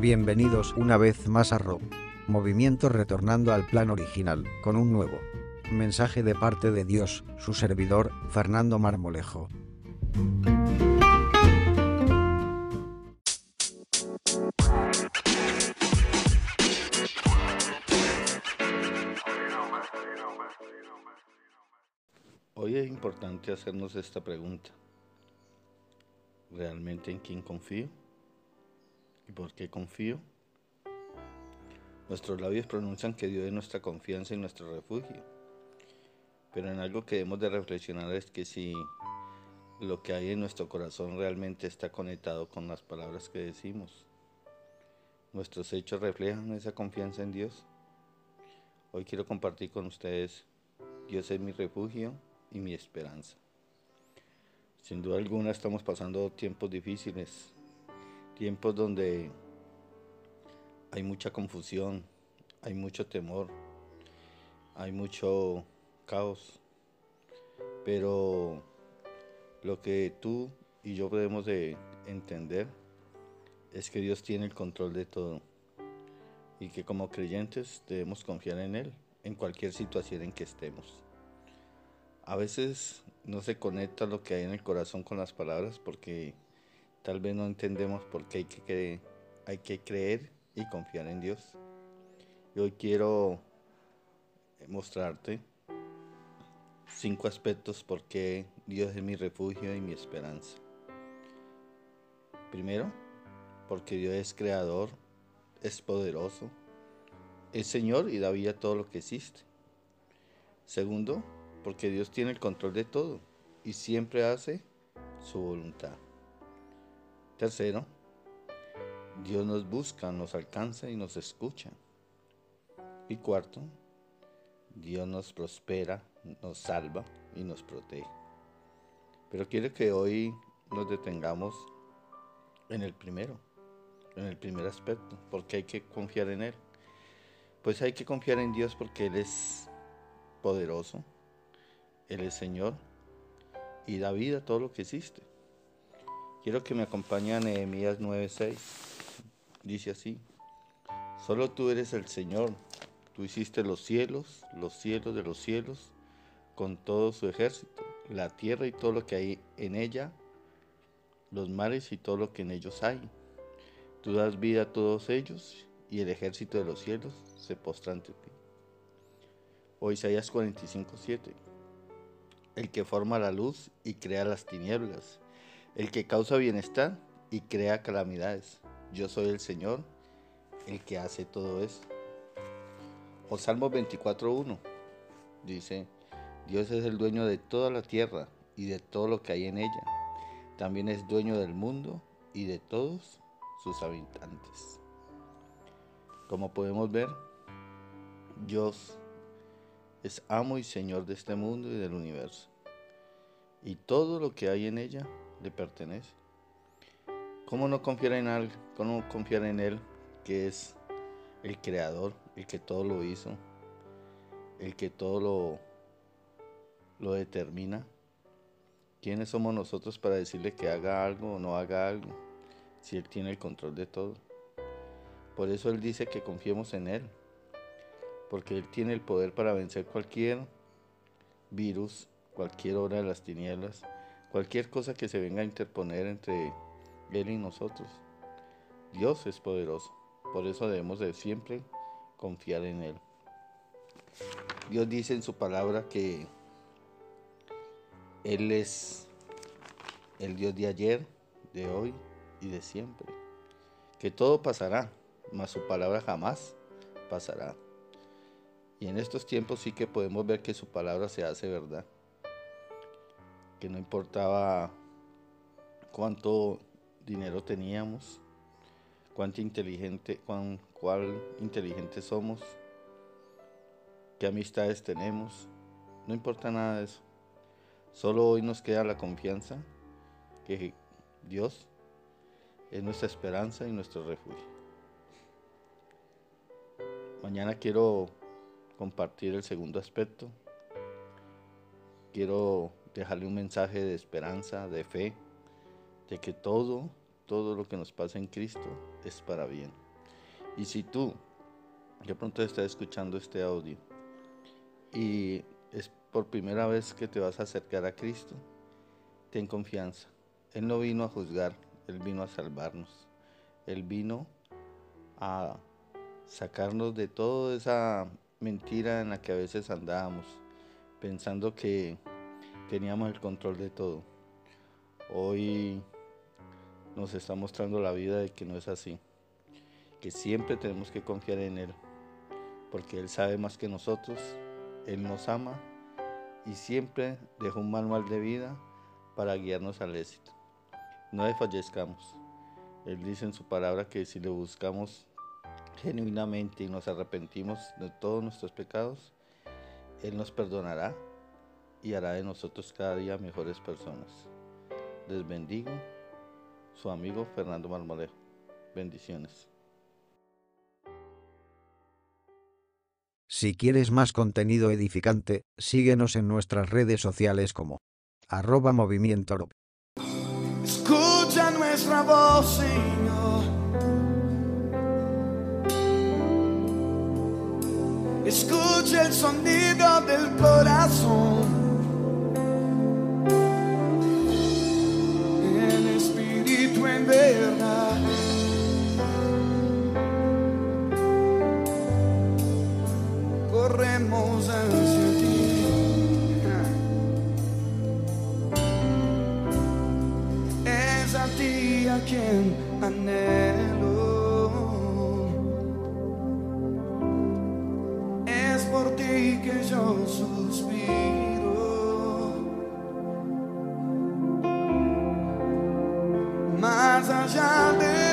Bienvenidos una vez más a RO. Movimiento retornando al plan original, con un nuevo mensaje de parte de Dios, su servidor, Fernando Marmolejo. Hoy es importante hacernos esta pregunta. ¿Realmente en quién confío? ¿Y por qué confío? Nuestros labios pronuncian que Dios es nuestra confianza y nuestro refugio. Pero en algo que debemos de reflexionar es que si lo que hay en nuestro corazón realmente está conectado con las palabras que decimos, ¿nuestros hechos reflejan esa confianza en Dios? Hoy quiero compartir con ustedes: Dios es mi refugio y mi esperanza. Sin duda alguna estamos pasando tiempos difíciles, tiempos donde hay mucha confusión, hay mucho temor, hay mucho caos, pero lo que tú y yo debemos de entender es que Dios tiene el control de todo y que como creyentes debemos confiar en Él en cualquier situación en que estemos. A veces no se conecta lo que hay en el corazón con las palabras porque tal vez no entendemos por qué hay que creer y confiar en Dios. Y hoy quiero mostrarte 5 aspectos por qué Dios es mi refugio y mi esperanza. Primero, porque Dios es creador, es poderoso, es Señor y da vida a todo lo que existe. Segundo, porque Dios tiene el control de todo y siempre hace su voluntad. Tercero, Dios nos busca, nos alcanza y nos escucha. Y cuarto, Dios nos prospera, nos salva y nos protege. Pero quiero que hoy nos detengamos en el primer aspecto, porque hay que confiar en Él. Pues hay que confiar en Dios porque Él es poderoso, Él es Señor y da vida a todo lo que existe. Quiero que me acompañe a Nehemías 9:6. Dice así: solo tú eres el Señor, tú hiciste los cielos de los cielos, con todo su ejército, la tierra y todo lo que hay en ella, los mares y todo lo que en ellos hay. Tú das vida a todos ellos y el ejército de los cielos se postra ante ti. O Isaías 45:7. El que forma la luz y crea las tinieblas, el que causa bienestar y crea calamidades. Yo soy el Señor, el que hace todo eso. O Salmos 24:1 dice: Dios es el dueño de toda la tierra y de todo lo que hay en ella. También es dueño del mundo y de todos sus habitantes. Como podemos ver, Dios es amo y Señor de este mundo y del universo. Y todo lo que hay en ella le pertenece. ¿Cómo no confiar en Él? ¿Cómo confiar en Él, que es el creador, el que todo lo hizo, el que todo lo determina? ¿Quiénes somos nosotros para decirle que haga algo o no haga algo, si Él tiene el control de todo? Por eso Él dice que confiemos en Él, porque Él tiene el poder para vencer cualquier virus, cualquier obra de las tinieblas, cualquier cosa que se venga a interponer entre Él y nosotros. Dios es poderoso, por eso debemos de siempre confiar en Él. Dios dice en su palabra que Él es el Dios de ayer, de hoy y de siempre, que todo pasará, mas su palabra jamás pasará. Y en estos tiempos sí que podemos ver que su palabra se hace verdad, que no importaba cuánto dinero teníamos, cuán inteligentes somos, qué amistades tenemos, no importa nada de eso. Solo hoy nos queda la confianza que Dios es nuestra esperanza y nuestro refugio. Mañana quiero compartir el segundo aspecto. Quiero dejarle un mensaje de esperanza, de fe, de que todo lo que nos pasa en Cristo es para bien. Y si tú de pronto estás escuchando este audio y es por primera vez que te vas a acercar a Cristo, ten confianza. Él no vino a juzgar, Él vino a salvarnos. Él vino a sacarnos de toda esa mentira en la que a veces andábamos, pensando que teníamos el control de todo. Hoy nos está mostrando la vida de que no es así, que siempre tenemos que confiar en Él, porque Él sabe más que nosotros, Él nos ama y siempre dejó un manual de vida para guiarnos al éxito. No desfallezcamos. Él dice en su palabra que si le buscamos genuinamente y nos arrepentimos de todos nuestros pecados, Él nos perdonará y hará de nosotros cada día mejores personas. Les bendigo, su amigo Fernando Marmolejo. Bendiciones. Si quieres más contenido edificante, síguenos en nuestras redes sociales como @movimiento. Escucha nuestra voz, Señor. Escucha el sonido del corazón. En espíritu, en verdad. Corremos hacia ti. Es a ti a quien anhelo. Es por ti que yo suspiro. Más allá de